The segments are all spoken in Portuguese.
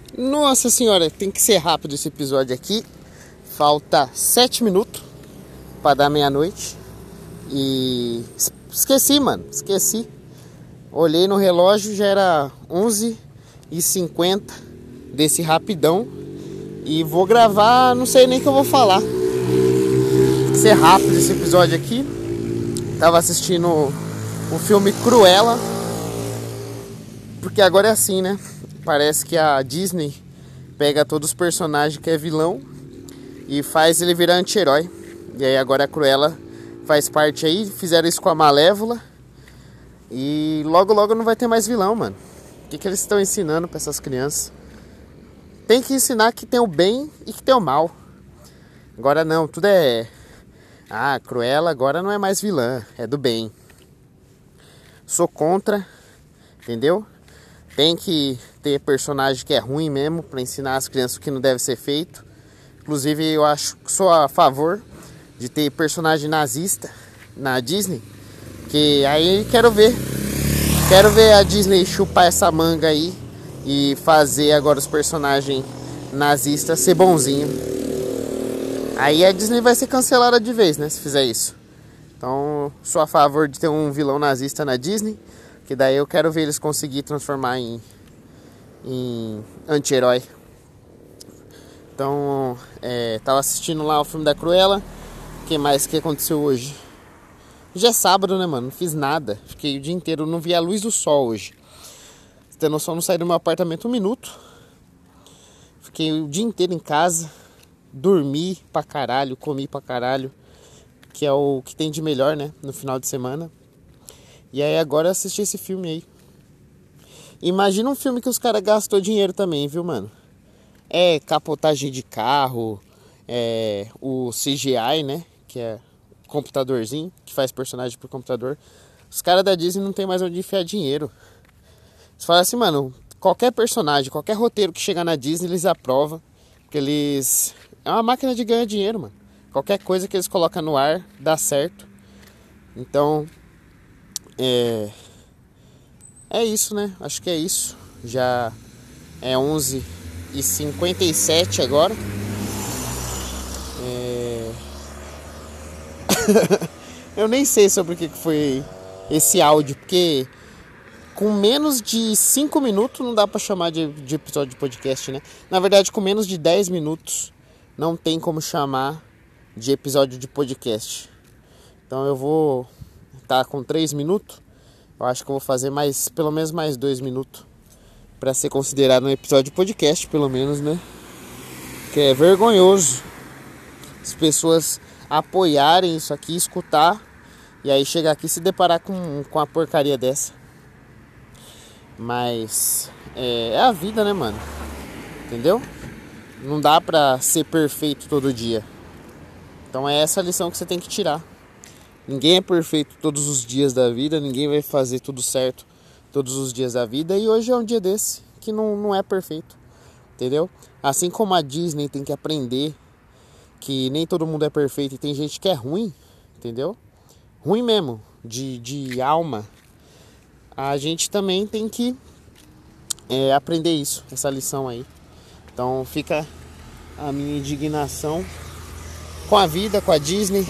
Nossa senhora, tem que ser rápido esse episódio aqui. Falta 7 minutos pra dar meia-noite. E esqueci, mano, esqueci. Olhei no relógio, já era 11h50 desse rapidão. E vou gravar, não sei nem o que eu vou falar. Tem que ser rápido esse episódio aqui. Tava assistindo o filme Cruella. Porque agora é assim, né? Parece que a Disney pega todos os personagens que é vilão e faz ele virar anti-herói. E aí agora a Cruella faz parte aí. Fizeram isso com a Malévola. E logo logo não vai ter mais vilão, mano. O que eles estão ensinando pra essas crianças? Tem que ensinar que tem o bem e que tem o mal. Agora não, tudo é... Ah, Cruella agora não é mais vilã, é do bem. Sou contra, entendeu? Tem que ter personagem que é ruim mesmo pra ensinar as crianças o que não deve ser feito. Inclusive eu acho que sou a favor de ter personagem nazista na Disney. Que aí quero ver a Disney chupar essa manga aí e fazer agora os personagens nazistas ser bonzinho. Aí a Disney vai ser cancelada de vez, né, se fizer isso. Então sou a favor de ter um vilão nazista na Disney. Que daí eu quero ver eles conseguir transformar em anti-herói. Então, tava assistindo lá o filme da Cruella. O que mais que aconteceu hoje? Hoje é sábado, né, mano? Não fiz nada. Fiquei o dia inteiro, não vi a luz do sol hoje. Você tem noção, não saí do meu apartamento um minuto. Fiquei o dia inteiro em casa. Dormi pra caralho, comi pra caralho. Que é o que tem de melhor, né? No final de semana. E aí agora eu assisti esse filme aí. Imagina um filme que os caras gastou dinheiro também, viu, mano? É capotagem de carro, o CGI, né? Que é computadorzinho, que faz personagem por computador. Os caras da Disney não tem mais onde enfiar dinheiro. Você fala assim, mano, qualquer personagem, qualquer roteiro que chegar na Disney, eles aprovam. Porque eles... É uma máquina de ganhar dinheiro, mano. Qualquer coisa que eles colocam no ar, dá certo. Então... É isso, né? Acho que é isso. Já é 11h57 agora. Eu nem sei sobre o que foi esse áudio, porque com menos de 5 minutos não dá pra chamar de episódio de podcast, né? Na verdade, com menos de 10 minutos não tem como chamar de episódio de podcast. Então eu vou estar com 3 minutos. Eu acho que eu vou fazer pelo menos mais 2 minutos pra ser considerado um episódio de podcast, pelo menos, né? Que é vergonhoso as pessoas apoiarem isso aqui, escutar e aí chegar aqui e se deparar com a porcaria dessa. Mas é a vida, né, mano? Entendeu? Não dá pra ser perfeito todo dia. Então é essa a lição que você tem que tirar. Ninguém é perfeito todos os dias da vida, ninguém vai fazer tudo certo todos os dias da vida. E hoje é um dia desse que não é perfeito, entendeu? Assim como a Disney tem que aprender que nem todo mundo é perfeito e tem gente que é ruim, entendeu? Ruim mesmo, de alma. A gente também tem que aprender isso, essa lição aí. Então fica a minha indignação com a vida, com a Disney.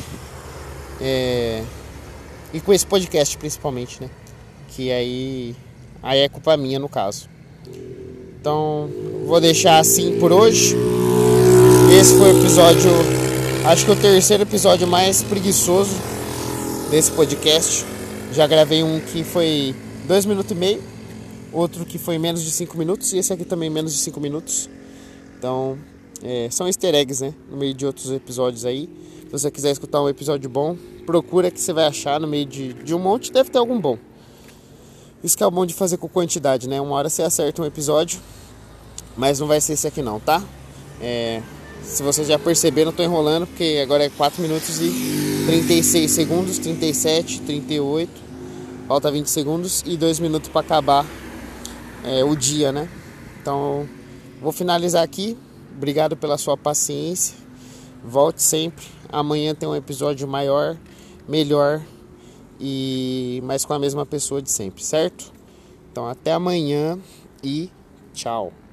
E com esse podcast principalmente, né? Que aí é culpa minha no caso. Então vou deixar assim por hoje. Esse foi o episódio, acho que o terceiro episódio mais preguiçoso desse podcast. Já gravei um que foi 2 minutos e meio, outro que foi menos de 5 minutos e esse aqui também menos de 5 minutos. Então são easter eggs, né? No meio de outros episódios aí. Se você quiser escutar um episódio bom, procura que você vai achar no meio de um monte, deve ter algum bom. Isso que é o bom de fazer com quantidade, né? Uma hora você acerta um episódio, mas não vai ser esse aqui não, tá? Se vocês já perceberam, eu tô enrolando, porque agora é 4 minutos e 36 segundos, 37, 38, falta 20 segundos e 2 minutos para acabar o dia, né? Então, vou finalizar aqui. Obrigado pela sua paciência. Volte sempre. Amanhã tem um episódio maior, melhor mas com a mesma pessoa de sempre, certo? Então até amanhã e tchau.